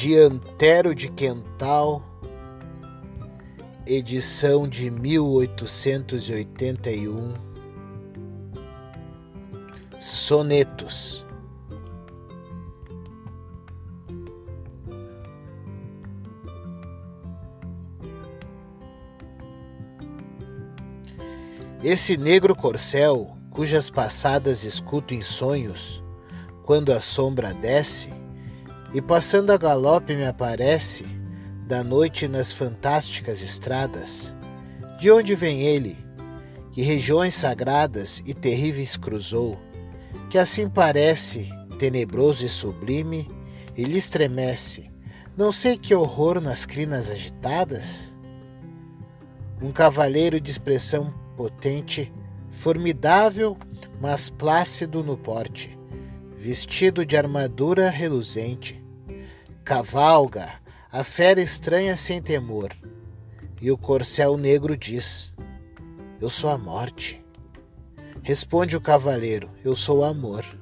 de Antero de Quental, edição de 1881, Sonetos. Esse negro corcel, cujas passadas escuto em sonhos, quando a sombra desce, e passando a galope me aparece, da noite nas fantásticas estradas. De onde vem ele? Que regiões sagradas e terríveis cruzou, que assim parece, tenebroso e sublime, e lhe estremece, não sei que horror nas crinas agitadas? Um cavaleiro de expressão potente, formidável, mas plácido no porte, vestido de armadura reluzente, cavalga a fera estranha sem temor, e o corcel negro diz: eu sou a morte. Responde o cavaleiro: eu sou o amor.